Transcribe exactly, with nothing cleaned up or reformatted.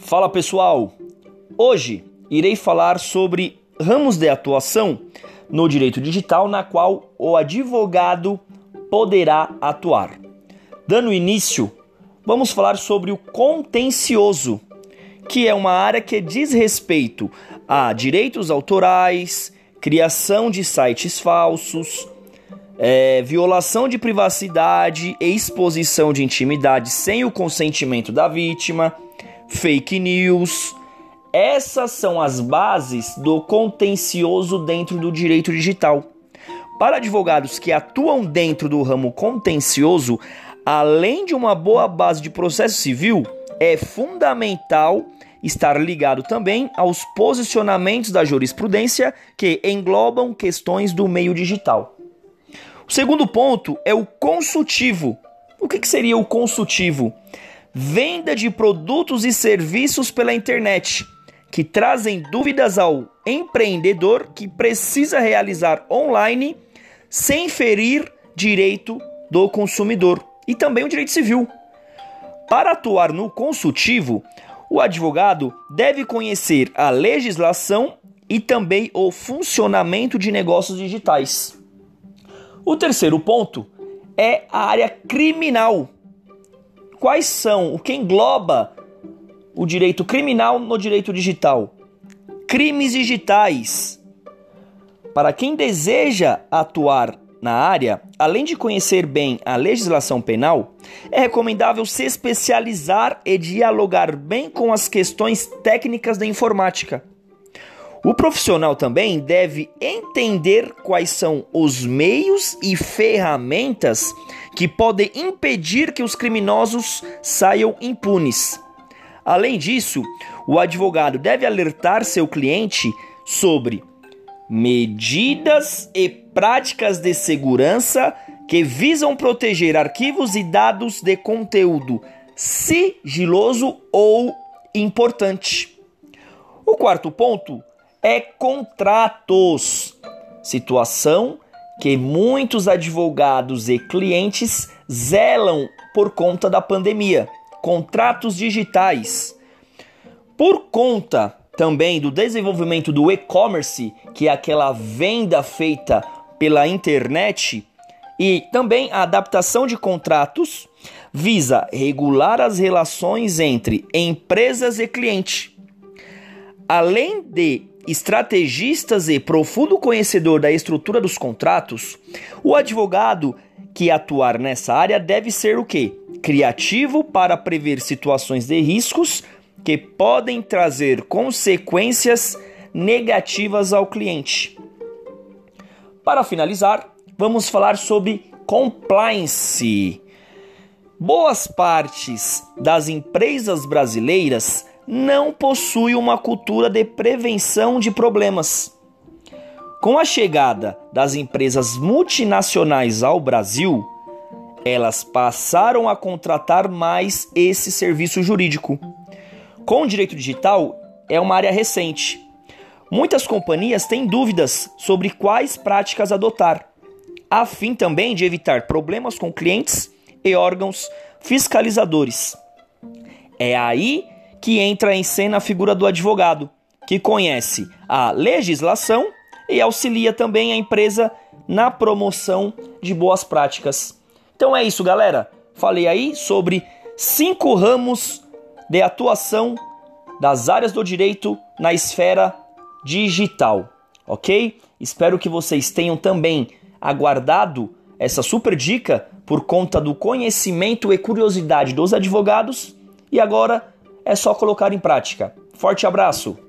Fala pessoal, hoje irei falar sobre ramos de atuação no direito digital na qual o advogado poderá atuar. Dando início, vamos falar sobre o contencioso, que é uma área que diz respeito a direitos autorais, criação de sites falsos, é, violação de privacidade e exposição de intimidade sem o consentimento da vítima, fake news. Essas são as bases do contencioso dentro do direito digital. Para advogados que atuam dentro do ramo contencioso, além de uma boa base de processo civil, é fundamental estar ligado também aos posicionamentos da jurisprudência que englobam questões do meio digital. O segundo ponto é o consultivo. O que, que seria o consultivo? Venda de produtos e serviços pela internet, que trazem dúvidas ao empreendedor que precisa realizar online sem ferir direito do consumidor e também o direito civil. Para atuar no consultivo, o advogado deve conhecer a legislação e também o funcionamento de negócios digitais. O terceiro ponto é a área criminal. Quais são, o que engloba o direito criminal no direito digital? Crimes digitais. Para quem deseja atuar na área, além de conhecer bem a legislação penal, é recomendável se especializar e dialogar bem com as questões técnicas da informática. O profissional também deve entender quais são os meios e ferramentas que podem impedir que os criminosos saiam impunes. Além disso, o advogado deve alertar seu cliente sobre medidas e práticas de segurança que visam proteger arquivos e dados de conteúdo sigiloso ou importante. O quarto ponto é contratos, situação que muitos advogados e clientes zelam por conta da pandemia. Contratos digitais. Por conta também do desenvolvimento do e-commerce, que é aquela venda feita pela internet, e também a adaptação de contratos visa regular as relações entre empresas e cliente. Além de estrategistas e profundo conhecedor da estrutura dos contratos, o advogado que atuar nessa área deve ser o quê? Criativo para prever situações de riscos que podem trazer consequências negativas ao cliente. Para finalizar, vamos falar sobre compliance. Boas partes das empresas brasileiras não possuem uma cultura de prevenção de problemas. Com a chegada das empresas multinacionais ao Brasil, elas passaram a contratar mais esse serviço jurídico. Com o direito digital, é uma área recente. Muitas companhias têm dúvidas sobre quais práticas adotar, a fim também de evitar problemas com clientes e órgãos fiscalizadores. É aí que entra em cena a figura do advogado, que conhece a legislação e auxilia também a empresa na promoção de boas práticas. Então é isso, galera. Falei aí sobre cinco ramos de atuação das áreas do direito na esfera digital, ok? Espero que vocês tenham também aguardado essa super dica por conta do conhecimento e curiosidade dos advogados, e agora é só colocar em prática. Forte abraço!